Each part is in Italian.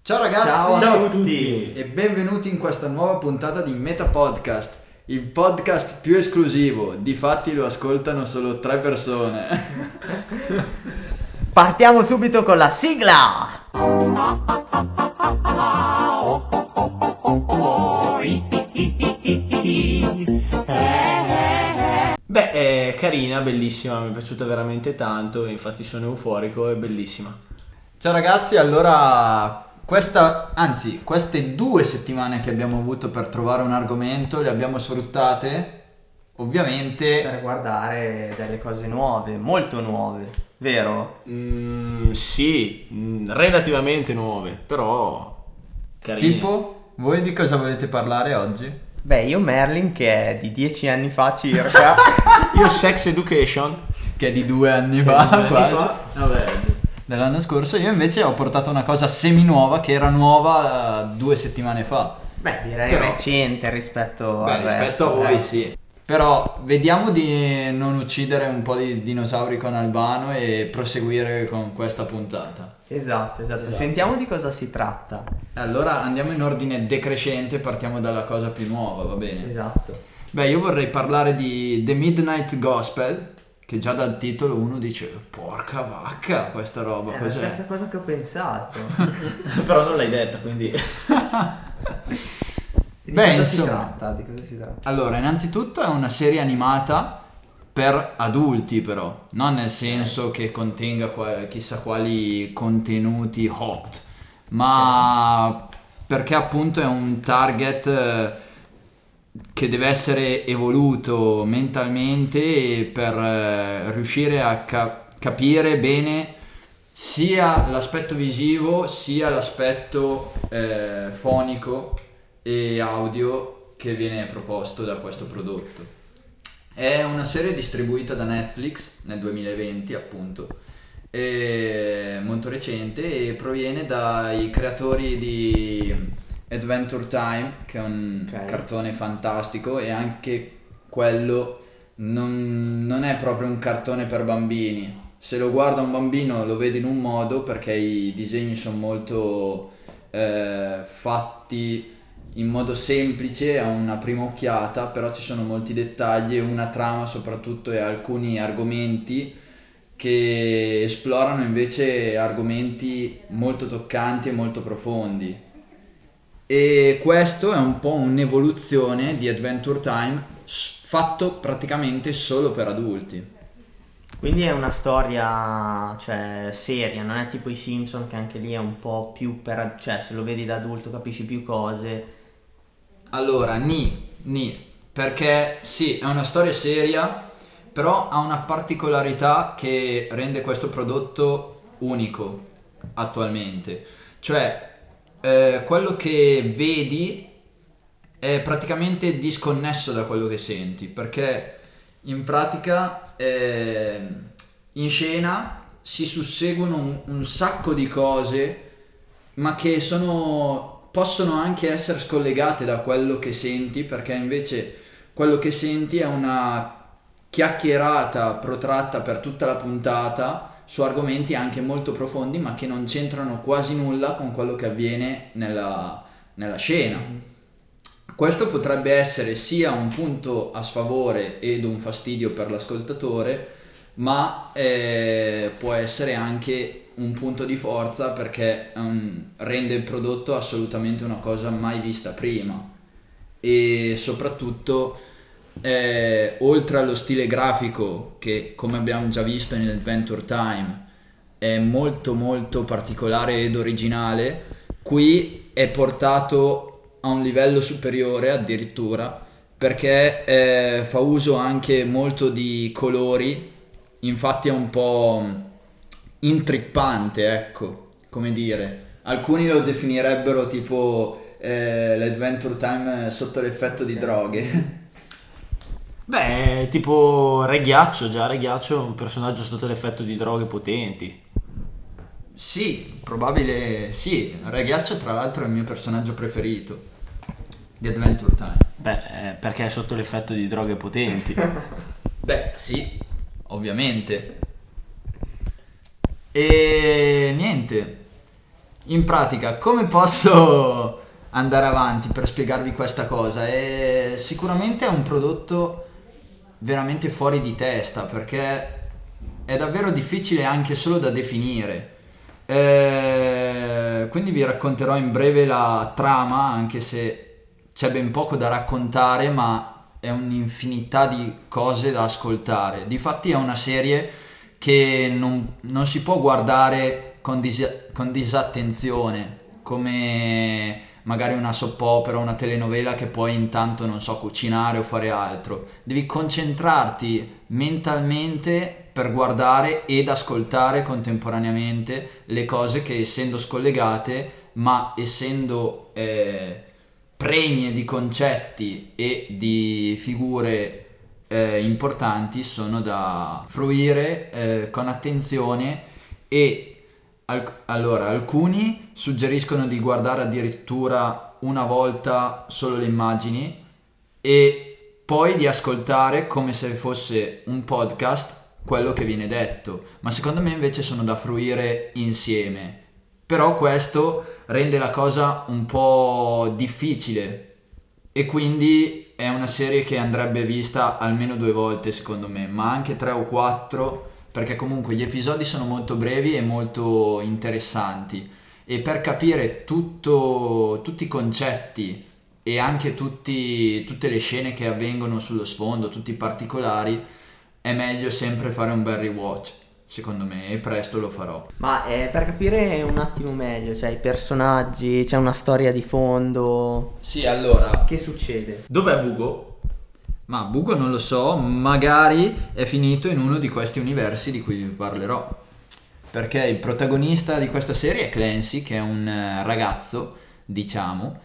Ciao ragazzi, Ciao a tutti e benvenuti in questa nuova puntata di Meta Podcast, il podcast più esclusivo. Difatti lo ascoltano solo 3 persone. Partiamo subito con la sigla. Beh, è carina, bellissima, mi è piaciuta veramente tanto, infatti sono euforico, è bellissima. Ciao ragazzi, allora queste 2 settimane che abbiamo avuto per trovare un argomento le abbiamo sfruttate, ovviamente. Per guardare delle cose nuove, molto nuove, vero? Sì, relativamente nuove, però carine. Filippo, voi di cosa volete parlare oggi? Beh, io Merlin, che è di 10 anni fa circa. Io Sex Education, Che è di 2 anni fa, due anni quasi. fa, vabbè. Dell'anno scorso. Io invece ho portato una cosa semi nuova che era nuova 2 settimane fa. Beh, direi Però- recente rispetto Beh, al rispetto resto, a voi eh. sì. Però vediamo di non uccidere un po' di dinosauri con Albano e proseguire con questa puntata. Esatto. Sentiamo di cosa si tratta. Allora andiamo in ordine decrescente, partiamo dalla cosa più nuova, va bene? Esatto. Beh, io vorrei parlare di The Midnight Gospel, che già dal titolo uno dice porca vacca questa roba, È la cos'è? stessa cosa che ho pensato. Però non l'hai detta, quindi... Di Beh, cosa insomma. si tratta? Di cosa si tratta? Allora, innanzitutto è una serie animata per adulti, però, non nel senso che contenga chissà quali contenuti hot, ma perché appunto è un target che deve essere evoluto mentalmente per riuscire a capire bene sia l'aspetto visivo sia l'aspetto fonico e audio che viene proposto da questo prodotto. È una serie distribuita da Netflix nel 2020 appunto, è molto recente e proviene dai creatori di Adventure Time, che è un Ok. cartone fantastico, e anche quello non è proprio un cartone per bambini. Se lo guarda un bambino lo vede in un modo perché i disegni sono molto fatti in modo semplice a una prima occhiata, però ci sono molti dettagli e una trama soprattutto e alcuni argomenti che esplorano invece argomenti molto toccanti e molto profondi. E questo è un po' un'evoluzione di Adventure Time fatto praticamente solo per adulti. Quindi è una storia, cioè, seria, non è tipo i Simpson, che anche lì è un po' più per... cioè, se lo vedi da adulto capisci più cose. Allora, perché sì, è una storia seria, però ha una particolarità che rende questo prodotto unico attualmente. Cioè, quello che vedi è praticamente disconnesso da quello che senti, perché in pratica in scena si susseguono un sacco di cose, ma che possono anche essere scollegate da quello che senti, perché invece quello che senti è una chiacchierata protratta per tutta la puntata su argomenti anche molto profondi, ma che non c'entrano quasi nulla con quello che avviene nella scena. Questo potrebbe essere sia un punto a sfavore ed un fastidio per l'ascoltatore, ma può essere anche un punto di forza perché rende il prodotto assolutamente una cosa mai vista prima. E soprattutto oltre allo stile grafico, che come abbiamo già visto in Adventure Time è molto molto particolare ed originale, qui è portato a un livello superiore addirittura, perché fa uso anche molto di colori. Infatti è un po' intrippante, ecco, come dire. Alcuni lo definirebbero tipo l'Adventure Time sotto l'effetto di droghe. Beh, tipo Re Ghiaccio è un personaggio sotto l'effetto di droghe potenti. Sì, probabile sì. Re Ghiaccio tra l'altro è il mio personaggio preferito di Adventure Time. Beh, perché è sotto l'effetto di droghe potenti. Beh, sì, ovviamente. E niente. In pratica, come posso andare avanti per spiegarvi questa cosa? Sicuramente è un prodotto veramente fuori di testa, perché è davvero difficile anche solo da definire. Quindi vi racconterò in breve la trama, anche se c'è ben poco da raccontare, ma è un'infinità di cose da ascoltare. Difatti è una serie che non si può guardare con disattenzione, come magari una soap opera o una telenovela che puoi intanto, non so, cucinare o fare altro. Devi concentrarti mentalmente per guardare ed ascoltare contemporaneamente le cose che, essendo scollegate ma essendo pregne di concetti e di figure importanti, sono da fruire con attenzione. E allora, alcuni suggeriscono di guardare addirittura una volta solo le immagini e poi di ascoltare come se fosse un podcast quello che viene detto, ma secondo me invece sono da fruire insieme. Però questo rende la cosa un po' difficile e quindi è una serie che andrebbe vista almeno 2 volte secondo me, ma anche 3 o 4, perché comunque gli episodi sono molto brevi e molto interessanti, e per capire tutti i concetti e anche tutte le scene che avvengono sullo sfondo, tutti i particolari, è meglio sempre fare un bel rewatch, secondo me, e presto lo farò. Ma per capire un attimo meglio, cioè i personaggi, c'è una storia di fondo. Sì, allora, Che succede? Dov'è Bugo? ma Bugo non lo so, magari è finito in uno di questi universi di cui vi parlerò, perché il protagonista di questa serie è Clancy, che è un ragazzo, diciamo,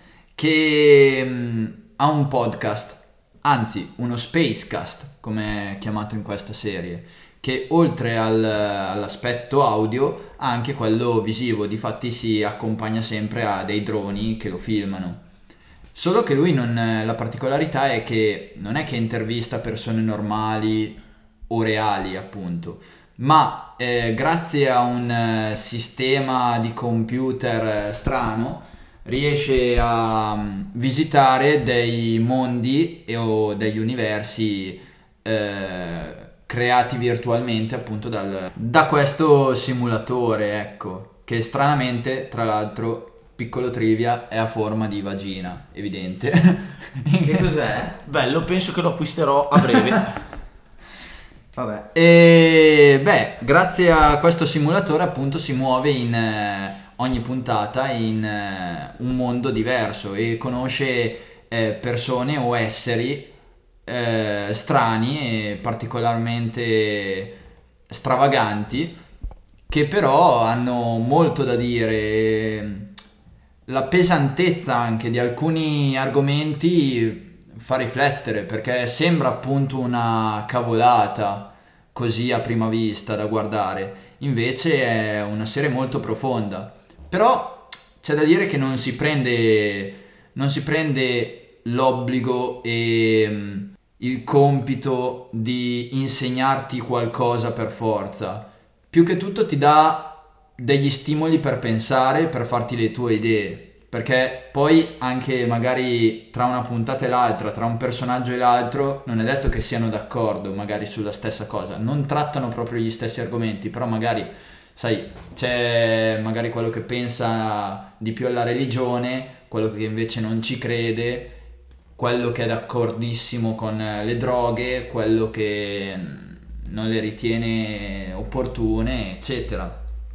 che ha un podcast, anzi uno spacecast, come è chiamato in questa serie, che oltre all'aspetto audio ha anche quello visivo. Difatti si accompagna sempre a dei droni che lo filmano. Solo che lui la particolarità è che non è che intervista persone normali o reali, appunto, ma grazie a un sistema di computer strano riesce a visitare dei mondi o degli universi creati virtualmente appunto da questo simulatore, ecco, che stranamente, tra l'altro, piccolo trivia, è a forma di vagina, evidente. Che cos'è? Bello, penso che lo acquisterò a breve. Vabbè. E beh, grazie a questo simulatore appunto si muove in ogni puntata in un mondo diverso e conosce persone o esseri strani e particolarmente stravaganti, che però hanno molto da dire. La pesantezza anche di alcuni argomenti fa riflettere, perché sembra appunto una cavolata così a prima vista da guardare, invece è una serie molto profonda. Però c'è da dire che non si prende l'obbligo e il compito di insegnarti qualcosa per forza. Più che tutto ti dà degli stimoli per pensare, per farti le tue idee, perché poi anche magari tra una puntata e l'altra, tra un personaggio e l'altro, non è detto che siano d'accordo magari sulla stessa cosa, non trattano proprio gli stessi argomenti, però magari, sai, c'è magari quello che pensa di più alla religione, quello che invece non ci crede, quello che è d'accordissimo con le droghe, quello che non le ritiene opportune, eccetera.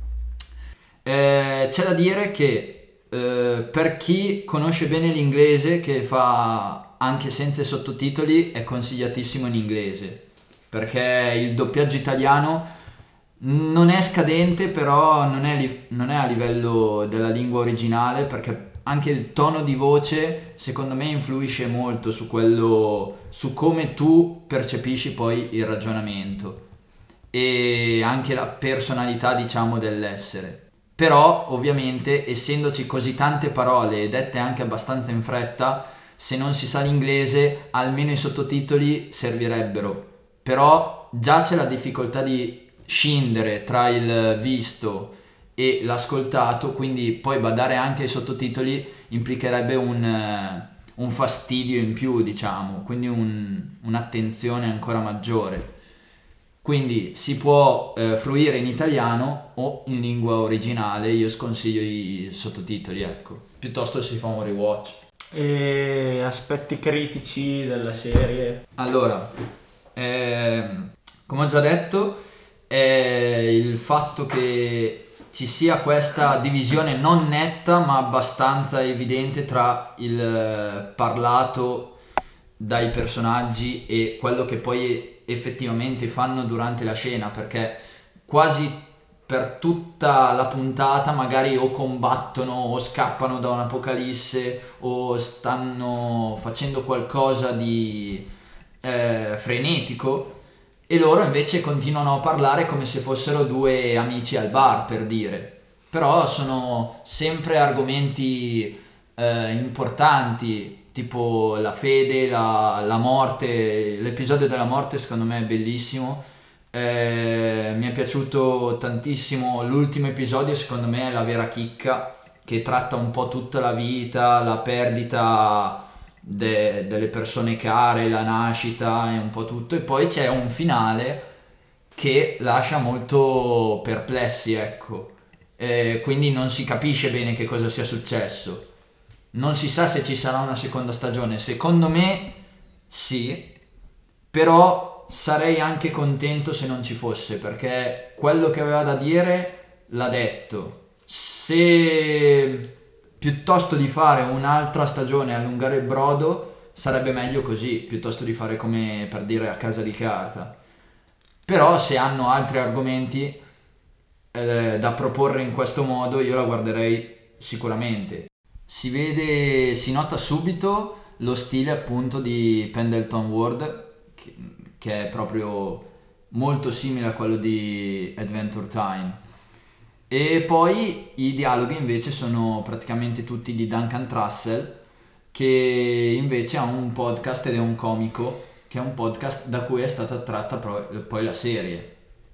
C'è da dire che per chi conosce bene l'inglese, che fa anche senza i sottotitoli, è consigliatissimo in inglese, perché il doppiaggio italiano non è scadente, però non è a livello della lingua originale, perché anche il tono di voce secondo me influisce molto su come tu percepisci poi il ragionamento e anche la personalità, diciamo, dell'essere. Però ovviamente, essendoci così tante parole dette anche abbastanza in fretta, se non si sa l'inglese almeno i sottotitoli servirebbero. Però già c'è la difficoltà di scindere tra il visto e l'ha ascoltato, quindi poi badare anche ai sottotitoli implicherebbe un fastidio in più, diciamo, quindi un'attenzione ancora maggiore. Quindi si può fruire in italiano o in lingua originale, io sconsiglio i sottotitoli, ecco, piuttosto si fa un rewatch. E aspetti critici della serie? Allora, come ho già detto, è il fatto che ci sia questa divisione non netta ma abbastanza evidente tra il parlato dai personaggi e quello che poi effettivamente fanno durante la scena, perché quasi per tutta la puntata magari o combattono o scappano da un'apocalisse o stanno facendo qualcosa di frenetico, e loro invece continuano a parlare come se fossero due amici al bar, per dire. Però sono sempre argomenti importanti, tipo la fede, la morte. L'episodio della morte secondo me è bellissimo. Mi è piaciuto tantissimo l'ultimo episodio, secondo me è la vera chicca, che tratta un po' tutta la vita, la perdita delle persone care, la nascita e un po' tutto, e poi c'è un finale che lascia molto perplessi, ecco. Quindi non si capisce bene che cosa sia successo, non si sa se ci sarà una seconda stagione. Secondo me sì, però sarei anche contento se non ci fosse, perché quello che aveva da dire l'ha detto. Se piuttosto di fare un'altra stagione e allungare il brodo, sarebbe meglio così, piuttosto di fare come per dire a Casa di Carta. Però se hanno altri argomenti da proporre in questo modo, io la guarderei sicuramente. Si nota subito lo stile appunto di Pendleton Ward, che è proprio molto simile a quello di Adventure Time. E poi i dialoghi invece sono praticamente tutti di Duncan Trussell, che invece ha un podcast ed è un comico, che è un podcast da cui è stata tratta poi la serie.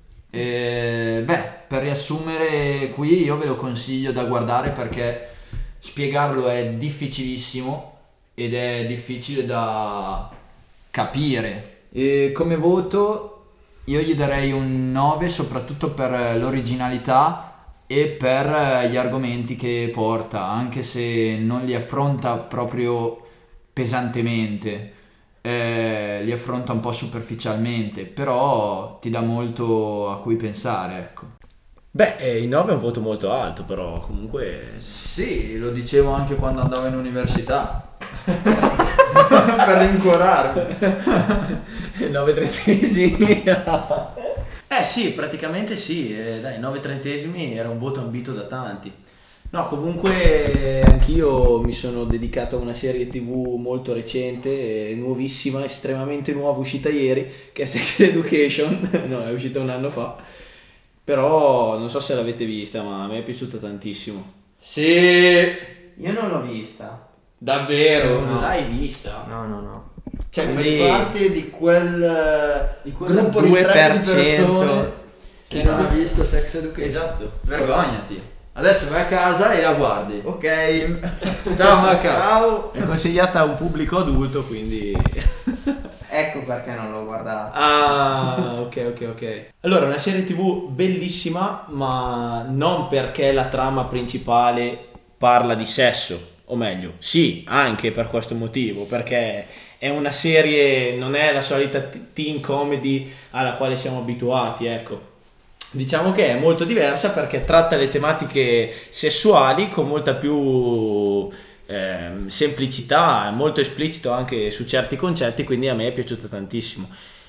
Per riassumere qui, io ve lo consiglio da guardare perché spiegarlo è difficilissimo ed è difficile da capire. E come voto io gli darei un 9, soprattutto per l'originalità e per gli argomenti che porta, anche se non li affronta proprio pesantemente, li affronta un po' superficialmente, però ti dà molto a cui pensare, ecco. Beh, il 9 è un voto molto alto, però comunque... Sì, lo dicevo anche quando andavo in università. Per rincuorarmi. 9 trentesimi. Sì, praticamente sì, dai, 9 trentesimi era un voto ambito da tanti. No, comunque anch'io mi sono dedicato a una serie TV molto recente, nuovissima, estremamente nuova, uscita ieri, che è Sex Education. No, è uscita un anno fa. Però non so se l'avete vista, ma a me è piaciuta tantissimo. Sì, Io non l'ho vista. davvero. Non l'hai vista? No. Cioè, Quindi- fai parte di quel gruppo 2% ristretto di persone che non ha Esatto. visto Sex Education. Esatto. Vergognati. Adesso vai a casa e la guardi. Ok. Ciao Maca. Ciao. È consigliata a un pubblico adulto, quindi... Ecco perché non l'ho guardata. Ah, ok. Allora, una serie TV bellissima, ma non perché la trama principale parla di sesso, o meglio, sì, anche per questo motivo, perché è una serie, non è la solita teen comedy alla quale siamo abituati, ecco. Diciamo che è molto diversa perché tratta le tematiche sessuali con molta più semplicità, è molto esplicito anche su certi concetti, quindi a me è piaciuto tantissimo.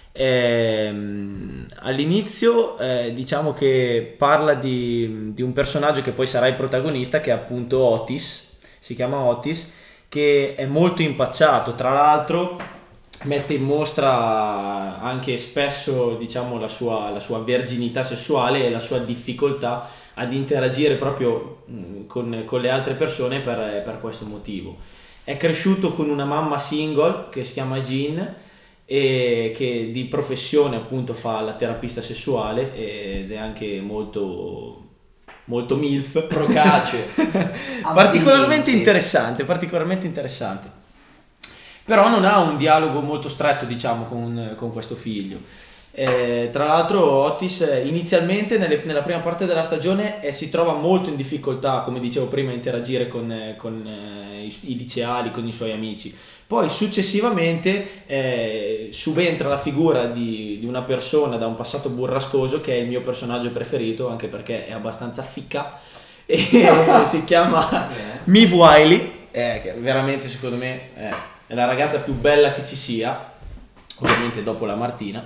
All'inizio diciamo che parla di un personaggio che poi sarà il protagonista, che è appunto Otis, si chiama Otis, che è molto impacciato, tra l'altro mette in mostra anche spesso, diciamo, la sua verginità sessuale e la sua difficoltà ad interagire proprio con le altre persone per questo motivo. È cresciuto con una mamma single che si chiama Jean e che di professione appunto fa la terapista sessuale ed è anche molto molto MILF. Procace. particolarmente interessante. Però non ha un dialogo molto stretto, diciamo, con questo figlio. Tra l'altro Otis inizialmente nella prima parte della stagione si trova molto in difficoltà, come dicevo prima, a interagire con i liceali, con i suoi amici. Poi successivamente subentra la figura di una persona da un passato burrascoso, che è il mio personaggio preferito, anche perché è abbastanza fica, e si chiama Maeve Wiley, che veramente secondo me è la ragazza più bella che ci sia, ovviamente dopo la Martina.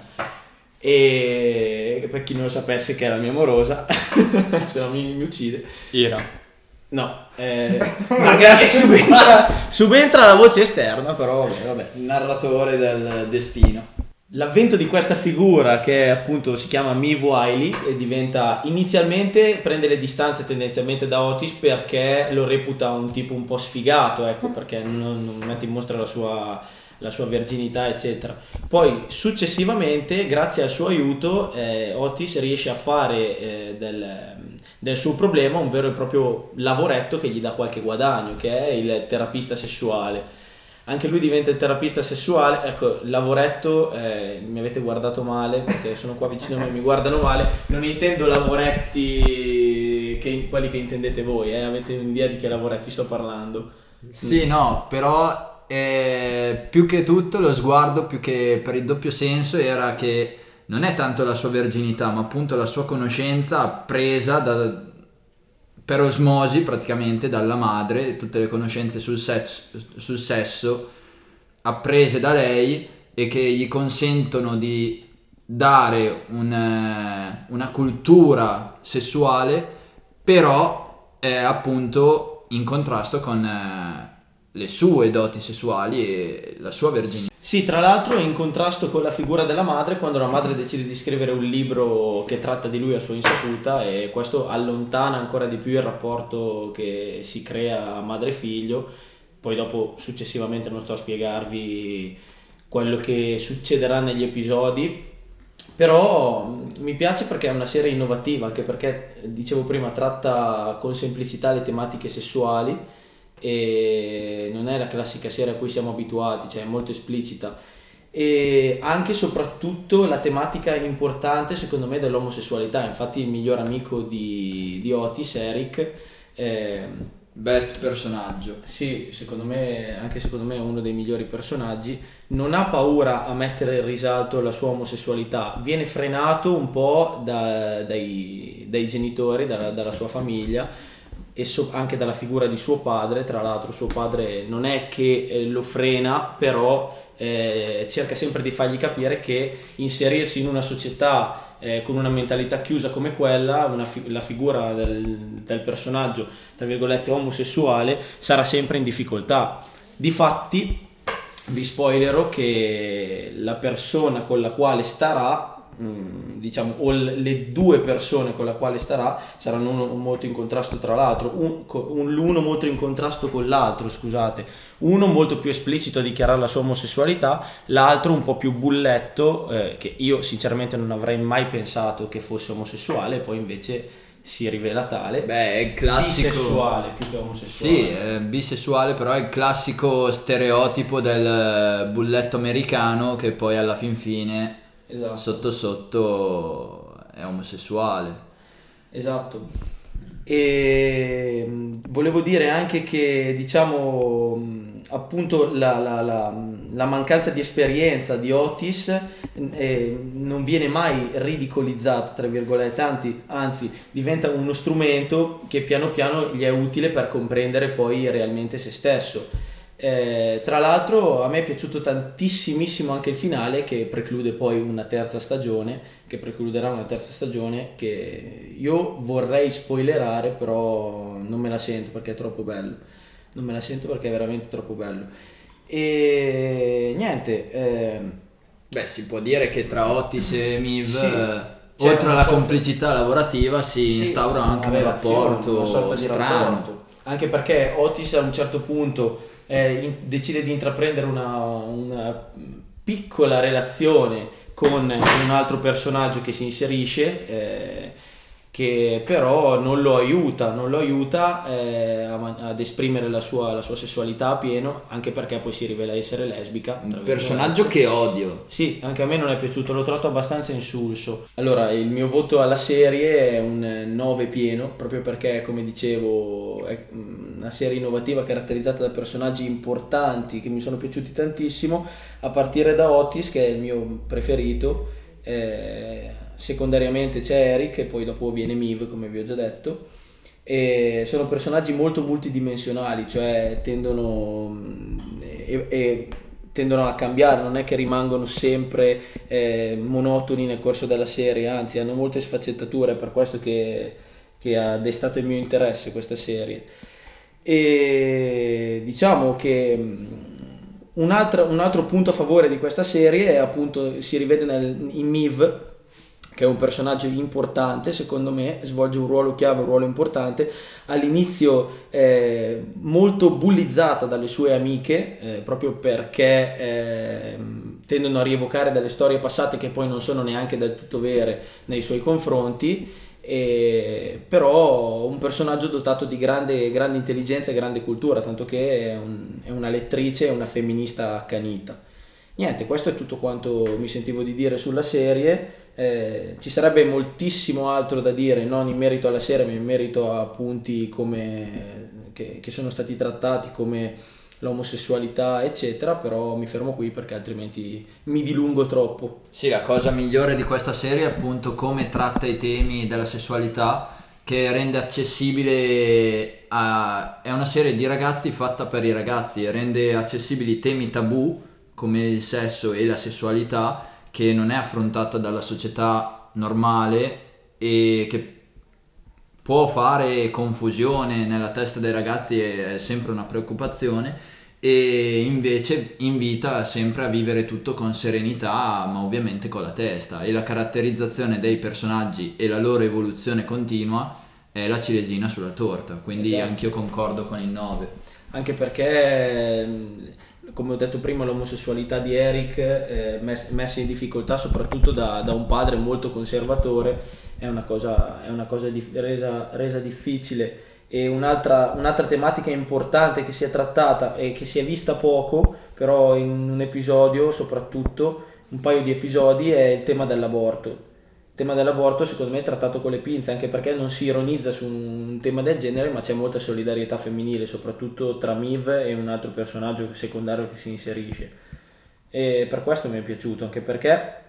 E per chi non lo sapesse, che è la mia amorosa, se no mi uccide. Ira. No, ragazzi, subentra la voce esterna, però vabbè. Il narratore del destino. L'avvento di questa figura, che appunto si chiama Maeve Wiley, e inizialmente prende le distanze tendenzialmente da Otis, perché lo reputa un tipo un po' sfigato, ecco, perché non mette in mostra la sua verginità, eccetera. Poi successivamente, grazie al suo aiuto, Otis riesce a fare del suo problema un vero e proprio lavoretto che gli dà qualche guadagno, che è il terapista sessuale. Anche lui diventa il terapista sessuale. Ecco, lavoretto, mi avete guardato male, perché sono qua vicino a me, mi guardano male. Non intendo lavoretti quelli che intendete voi, avete un'idea di che lavoretti sto parlando? Sì, no, però più che tutto lo sguardo, più che per il doppio senso, era che non è tanto la sua verginità, ma appunto la sua conoscenza appresa per osmosi praticamente dalla madre, tutte le conoscenze sul sesso apprese da lei, e che gli consentono di dare una cultura sessuale, però è appunto in contrasto con le sue doti sessuali e la sua verginità. Sì, tra l'altro è in contrasto con la figura della madre, quando la madre decide di scrivere un libro che tratta di lui a sua insaputa, e questo allontana ancora di più il rapporto che si crea madre-figlio. Poi dopo, successivamente, non sto a spiegarvi quello che succederà negli episodi, però mi piace perché è una serie innovativa, anche perché, dicevo prima, tratta con semplicità le tematiche sessuali, e non è la classica serie a cui siamo abituati, cioè è molto esplicita. E anche e soprattutto la tematica importante, secondo me, dell'omosessualità. Infatti il miglior amico di Otis, Eric, Best personaggio. sì, secondo me è uno dei migliori personaggi. Non ha paura a mettere in risalto la sua omosessualità, viene frenato un po' dai genitori, dalla sua famiglia, e anche dalla figura di suo padre. Tra l'altro suo padre non è che lo frena, però cerca sempre di fargli capire che inserirsi in una società con una mentalità chiusa come quella, la figura del personaggio, tra virgolette, omosessuale, sarà sempre in difficoltà. Difatti, vi spoilerò che la persona con la quale starà, diciamo, o le due persone con la quale starà, saranno uno molto in contrasto tra l'altro, l'uno molto in contrasto con l'altro, scusate, uno molto più esplicito a dichiarare la sua omosessualità, l'altro un po' più bulletto, che io sinceramente non avrei mai pensato che fosse omosessuale, poi invece si rivela tale. Beh, è il classico bisessuale più che omosessuale. Sì, è bisessuale, però è il classico stereotipo del bulletto americano che poi alla fin fine, Esatto. sotto sotto, è omosessuale. Esatto. E volevo dire anche che, diciamo, appunto la mancanza di esperienza di Otis non viene mai ridicolizzata, tra virgolette, anzi diventa uno strumento che piano piano gli è utile per comprendere poi realmente se stesso. Tra l'altro a me è piaciuto tantissimissimo anche il finale, che precluderà una terza stagione, che io vorrei spoilerare, però non me la sento perché è troppo bello, è veramente troppo bello. E niente, Beh, si può dire che tra Otis e Miv, sì, oltre alla complicità lavorativa, si instaura anche un rapporto una sorta di strano. rapporto. Anche perché Otis a un certo punto decide di intraprendere una piccola relazione con un altro personaggio che si inserisce, che però non lo aiuta ad esprimere la sua sessualità a pieno, anche perché poi si rivela essere lesbica. Un personaggio che odio. Sì, anche a me non è piaciuto, l'ho trovato abbastanza insulso. Allora, il mio voto alla serie è un 9 pieno, proprio perché, come dicevo, è una serie innovativa caratterizzata da personaggi importanti che mi sono piaciuti tantissimo, a partire da Otis, che è il mio preferito. Secondariamente c'è Eric e poi dopo viene Miv, come vi ho già detto, e sono personaggi molto multidimensionali, cioè tendono a cambiare, non è che rimangono sempre monotoni nel corso della serie, anzi hanno molte sfaccettature, per questo che ha destato il mio interesse questa serie. E diciamo che un altro punto a favore di questa serie è appunto, si rivede in Miv, che è un personaggio importante, secondo me, svolge un ruolo chiave, un ruolo importante, all'inizio molto bullizzata dalle sue amiche, proprio perché tendono a rievocare delle storie passate che poi non sono neanche del tutto vere nei suoi confronti, però un personaggio dotato di grande intelligenza e grande cultura, tanto che è una lettrice e una femminista accanita. Niente, questo è tutto quanto mi sentivo di dire sulla serie. Ci sarebbe moltissimo altro da dire, non in merito alla serie ma in merito a punti che sono stati trattati, come l'omosessualità eccetera, però mi fermo qui perché altrimenti mi dilungo troppo. Sì, la cosa migliore di questa serie è appunto come tratta i temi della sessualità, che rende accessibile è una serie di ragazzi fatta per i ragazzi, e rende accessibili temi tabù come il sesso e la sessualità, che non è affrontata dalla società normale e che può fare confusione nella testa dei ragazzi, è sempre una preoccupazione, e invece invita sempre a vivere tutto con serenità, ma ovviamente con la testa, e la caratterizzazione dei personaggi e la loro evoluzione continua è la ciliegina sulla torta, quindi esatto. Anch'io concordo con il 9. Anche perché, come ho detto prima, l'omosessualità di Eric, messa in difficoltà soprattutto da un padre molto conservatore, è una cosa resa difficile. E un'altra tematica importante che si è trattata e che si è vista poco, però in un episodio, soprattutto un paio di episodi, è il tema dell'aborto. Il tema dell'aborto secondo me è trattato con le pinze, anche perché non si ironizza su un tema del genere, ma c'è molta solidarietà femminile, soprattutto tra Miv e un altro personaggio secondario che si inserisce, e per questo mi è piaciuto, anche perché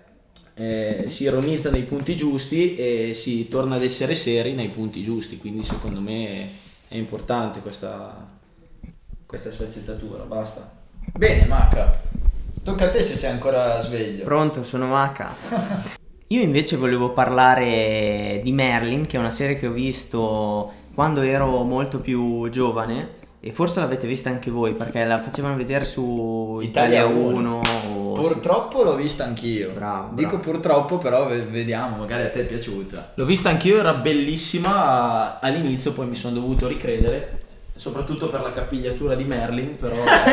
si ironizza nei punti giusti e si torna ad essere seri nei punti giusti, quindi secondo me è importante questa sfaccettatura. Basta. Bene, Maca, tocca a te se sei ancora sveglio. Pronto, sono Maca. Io invece volevo parlare di Merlin, che è una serie che ho visto quando ero molto più giovane, e forse l'avete vista anche voi perché la facevano vedere su Italia 1. Purtroppo l'ho vista anch'io. Bravo. Dico purtroppo, però vediamo, magari a te è piaciuta. L'ho vista anch'io, era bellissima all'inizio, poi mi sono dovuto ricredere, soprattutto per la capigliatura di Merlin, però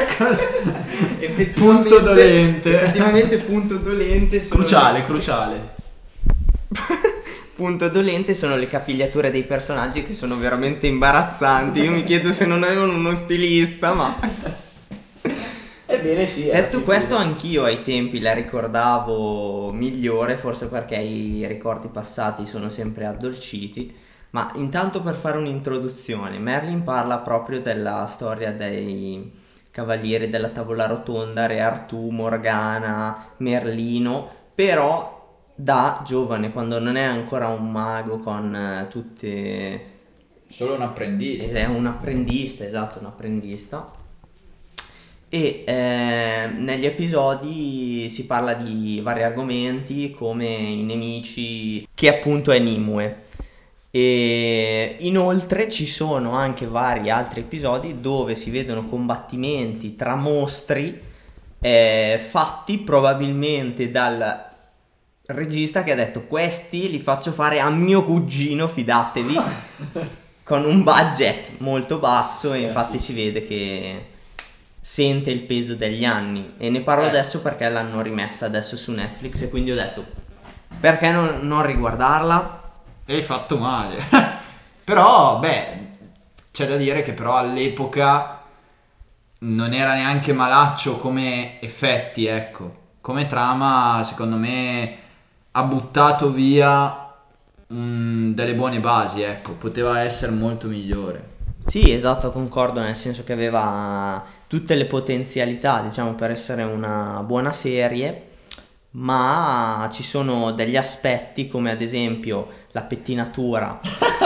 punto dolente. Effettivamente punto dolente. Cruciale. Punto dolente sono le capigliature dei personaggi, che sono veramente imbarazzanti. Io mi chiedo se non avevano uno stilista, ma ebbene sì. Detto questo, anch'io ai tempi la ricordavo migliore, forse perché i ricordi passati sono sempre addolciti. Ma intanto, per fare un'introduzione, Merlin parla proprio della storia dei cavalieri della tavola rotonda, Re Artù, Morgana, Merlino, però da giovane, quando non è ancora un mago con tutte... Solo un apprendista. È un apprendista, esatto, un apprendista. E negli episodi si parla di vari argomenti, come i nemici, che appunto è Nimue. E inoltre ci sono anche vari altri episodi dove si vedono combattimenti tra mostri fatti probabilmente dal regista, che ha detto: questi li faccio fare a mio cugino, fidatevi, con un budget molto basso, e infatti si vede che sente il peso degli anni. E ne parlo adesso perché l'hanno rimessa adesso su Netflix, e quindi ho detto: perché non riguardarla? e hai fatto male. Però, beh, c'è da dire che però all'epoca non era neanche malaccio come effetti, ecco. Come trama, secondo me, ha buttato via delle buone basi, ecco. Poteva essere molto migliore. Sì, esatto, concordo, nel senso che aveva tutte le potenzialità, diciamo, per essere una buona serie, ma ci sono degli aspetti come ad esempio la pettinatura.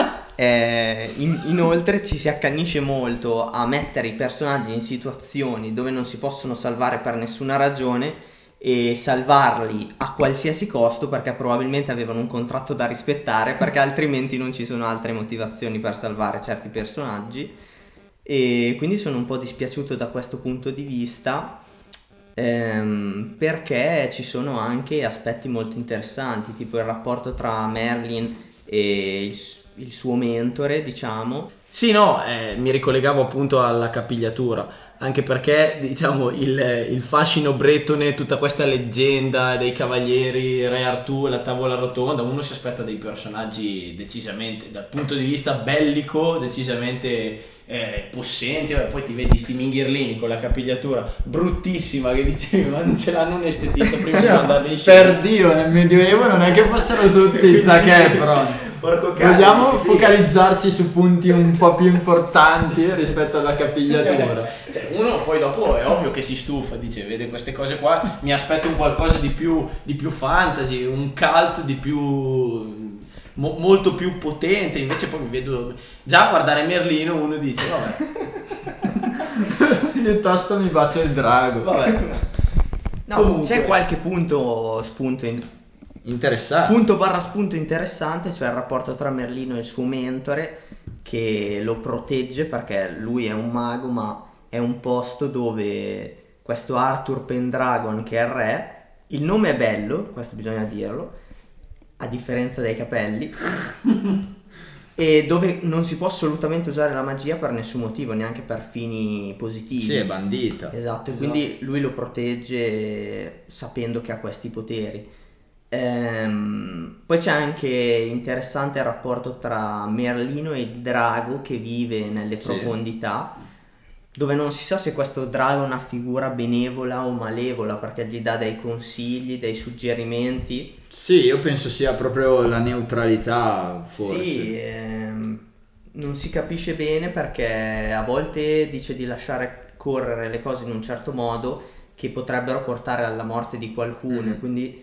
Inoltre ci si accanisce molto a mettere i personaggi in situazioni dove non si possono salvare per nessuna ragione e salvarli a qualsiasi costo perché probabilmente avevano un contratto da rispettare, perché altrimenti non ci sono altre motivazioni per salvare certi personaggi, e quindi sono un po' dispiaciuto da questo punto di vista, perché ci sono anche aspetti molto interessanti, tipo il rapporto tra Merlin e il suo mentore, diciamo. Sì, no, mi ricollegavo appunto alla capigliatura, anche perché diciamo il fascino bretone, tutta questa leggenda dei cavalieri, Re Artù, la tavola rotonda, uno si aspetta dei personaggi decisamente, dal punto di vista bellico, decisamente possenti. Poi ti vedi sti minghirlini con la capigliatura bruttissima che dicevi ma non ce l'hanno un estetista prima di mandarli in scena. Per Dio, nel Medioevo non è che fossero tutti Zac Efron. Porco cazzo, Vogliamo si focalizzarci su punti un po' più importanti rispetto alla capigliatura. Cioè, uno poi dopo è ovvio che si stufa, dice, vede queste cose qua, mi aspetto un qualcosa di più fantasy, un cult di più molto più potente, invece poi mi vedo già a guardare Merlino, uno dice vabbè. Piuttosto mi bacio il drago. Vabbè. No, Comunque, c'è qualche punto Interessante. punto barra spunto interessante, cioè il rapporto tra Merlino e il suo mentore che lo protegge perché lui è un mago, ma è un posto dove questo Arthur Pendragon, che è il re, il nome è bello, questo bisogna dirlo, a differenza dei capelli, e dove non si può assolutamente usare la magia per nessun motivo, neanche per fini positivi. Sì, è bandita. Esatto, e quindi lui lo protegge sapendo che ha questi poteri. Poi c'è anche interessante il rapporto tra Merlino e il drago che vive nelle profondità, dove non si sa se questo drago è una figura benevola o malevola, perché gli dà dei consigli, dei suggerimenti. Sì, io penso sia proprio la neutralità, forse. Sì, non si capisce bene perché a volte dice di lasciare correre le cose in un certo modo che potrebbero portare alla morte di qualcuno, quindi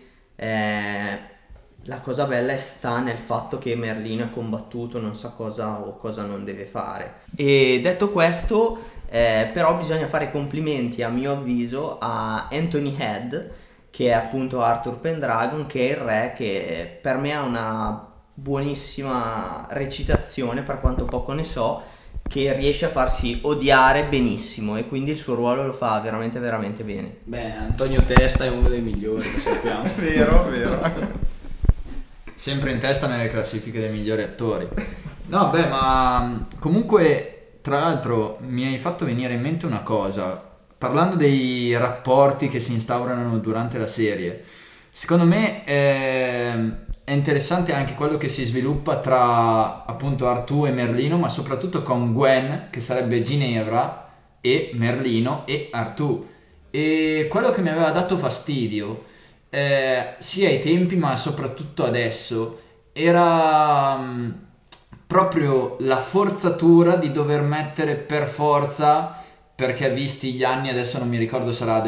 la cosa bella sta nel fatto che Merlino è combattuto, non sa cosa o cosa non deve fare. E detto questo, però bisogna fare i complimenti, a mio avviso, a Anthony Head, che è appunto Arthur Pendragon, che è il re, che per me ha una buonissima recitazione, per quanto poco ne so, che riesce a farsi odiare benissimo, e quindi il suo ruolo lo fa veramente veramente bene. beh, Antonio Testa è uno dei migliori, lo sappiamo. Vero. Sempre in testa nelle classifiche dei migliori attori. No, beh, ma comunque, tra l'altro, mi hai fatto venire in mente una cosa. Parlando dei rapporti che si instaurano durante la serie, secondo me è interessante anche quello che si sviluppa tra appunto Artù e Merlino, ma soprattutto con Gwen, che sarebbe Ginevra, e Merlino e Artù. E quello che mi aveva dato fastidio, sia ai tempi ma soprattutto adesso, era proprio la forzatura di dover mettere per forza, perché visti gli anni, adesso non mi ricordo, sarà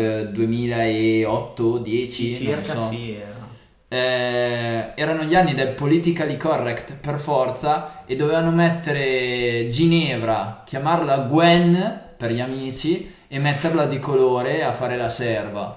2008, 10, Sì, non lo circa so. sì, era. Erano gli anni del politically correct per forza, e dovevano mettere Ginevra, chiamarla Gwen per gli amici, e metterla di colore a fare la serva.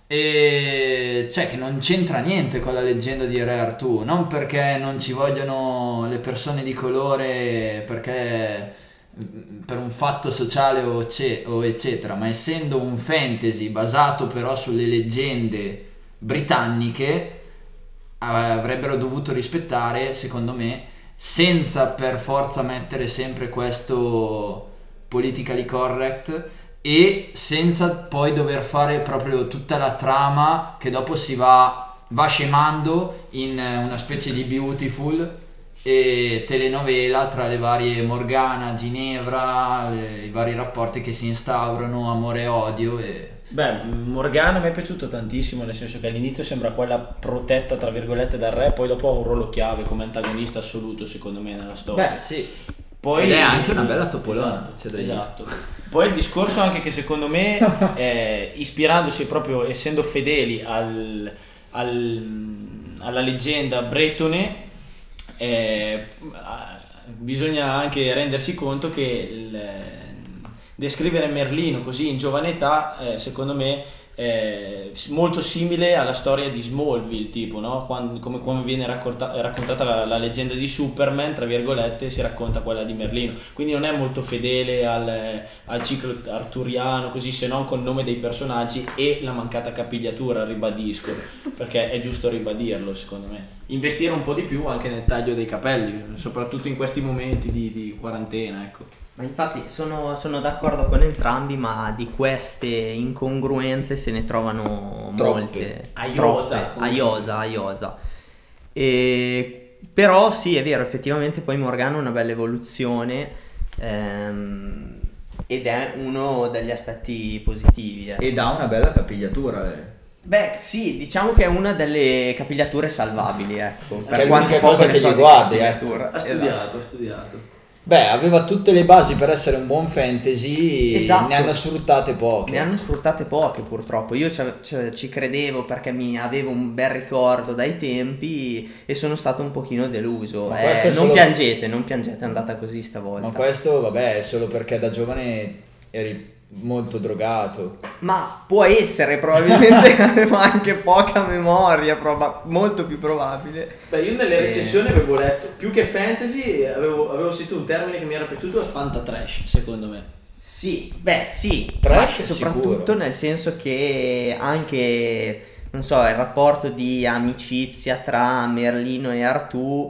E cioè, che non c'entra niente con la leggenda di Re Artù, non perché non ci vogliono le persone di colore perché per un fatto sociale o eccetera, ma essendo un fantasy basato però sulle leggende britanniche, avrebbero dovuto rispettare, secondo me, senza per forza mettere sempre questo politically correct, e senza poi dover fare proprio tutta la trama che dopo si va scemando in una specie di Beautiful, e telenovela tra le varie Morgana, Ginevra, i vari rapporti che si instaurano, amore e odio e... Beh, Morgana mi è piaciuto tantissimo, nel senso che all'inizio sembra quella protetta tra virgolette dal re, poi dopo ha un ruolo chiave come antagonista assoluto secondo me nella storia. Beh sì, Poi, ed è anche una bella topolona, esatto, c'è da dire. esatto. Poi il discorso anche che secondo me ispirandosi proprio, essendo fedeli alla leggenda bretone, bisogna anche rendersi conto che descrivere Merlino così in giovane età, secondo me molto simile alla storia di Smallville, tipo, no? Come viene raccontata la leggenda di Superman, tra virgolette, si racconta quella di Merlino, quindi non è molto fedele al ciclo arturiano, così, se non col nome dei personaggi e la mancata capigliatura, ribadisco, perché è giusto ribadirlo, secondo me, investire un po' di più anche nel taglio dei capelli, soprattutto in questi momenti di quarantena, ecco. Ma infatti sono d'accordo con entrambi, ma di queste incongruenze se ne trovano Troppe. molte. A Iosa. Però sì, è vero, effettivamente poi Morgana ha una bella evoluzione, ed è uno degli aspetti positivi. Ed ha una bella capigliatura lei. Beh sì, diciamo che è una delle capigliature salvabili, ecco. È quanto l'unica poco cosa ne che so gli di guardi, capigliatura. Ha studiato. Beh, aveva tutte le basi per essere un buon fantasy, Esatto. ne hanno sfruttate poche. Ne hanno sfruttate poche purtroppo. Io ci credevo perché mi avevo un bel ricordo dai tempi e sono stato un pochino deluso. Ma questo è Non solo- piangete, è andata così stavolta. Ma questo, vabbè, è solo perché da giovane eri molto drogato. Ma può essere, probabilmente avevo anche poca memoria, molto più probabile. Beh, io nelle recensioni avevo letto, più che fantasy, avevo sentito un termine che mi era piaciuto, è fantatrash, secondo me. Sì, beh sì, Trash ma soprattutto sicuro. nel senso che anche, non so, il rapporto di amicizia tra Merlino e Artù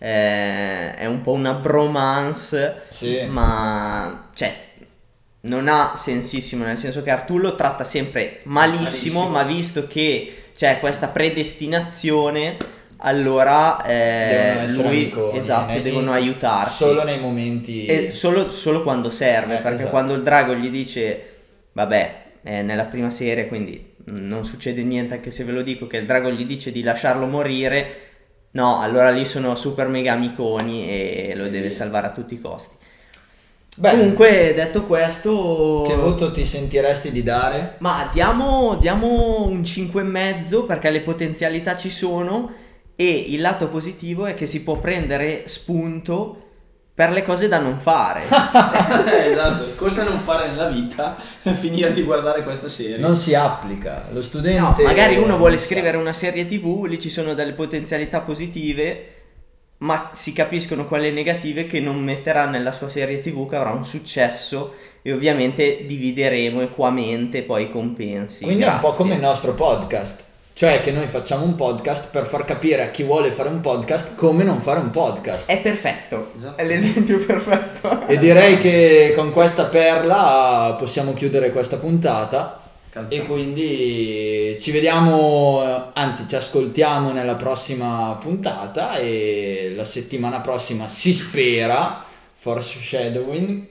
è un po' una bromance, Sì. ma cioè non ha sensissimo, nel senso che Artù lo tratta sempre malissimo, Malissimo. ma visto che c'è questa predestinazione, allora Devono essere lui, amiconi, esatto, devono aiutarsi. Solo nei momenti... E solo quando serve, perché esatto. quando il drago gli dice, vabbè, è nella prima serie, quindi non succede niente anche se ve lo dico, che il drago gli dice di lasciarlo morire, no, allora lì sono super mega amiconi e lo deve salvare a tutti i costi. Beh, Comunque, detto questo, che voto ti sentiresti di dare? ma diamo un 5,5 perché le potenzialità ci sono e il lato positivo è che si può prendere spunto per le cose da non fare. Esatto, cosa non fare nella vita? Finire di guardare questa serie. Non si applica. Lo No, studente... magari uno vuole scrivere una serie TV, lì ci sono delle potenzialità positive, ma si capiscono quelle negative che non metterà nella sua serie TV, che avrà un successo e ovviamente divideremo equamente poi i compensi. Quindi è un po' Grazie. come il nostro podcast. Cioè che noi facciamo un podcast per far capire a chi vuole fare un podcast come non fare un podcast. È perfetto, Esatto. è l'esempio perfetto. E direi che con questa perla possiamo chiudere questa puntata. E quindi ci vediamo, anzi ci ascoltiamo nella prossima puntata e la settimana prossima si spera, foreshadowing,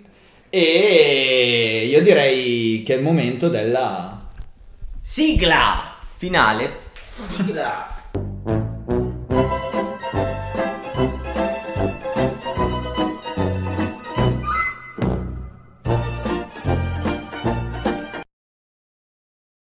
e io direi che è il momento della... Sigla finale. Sigla.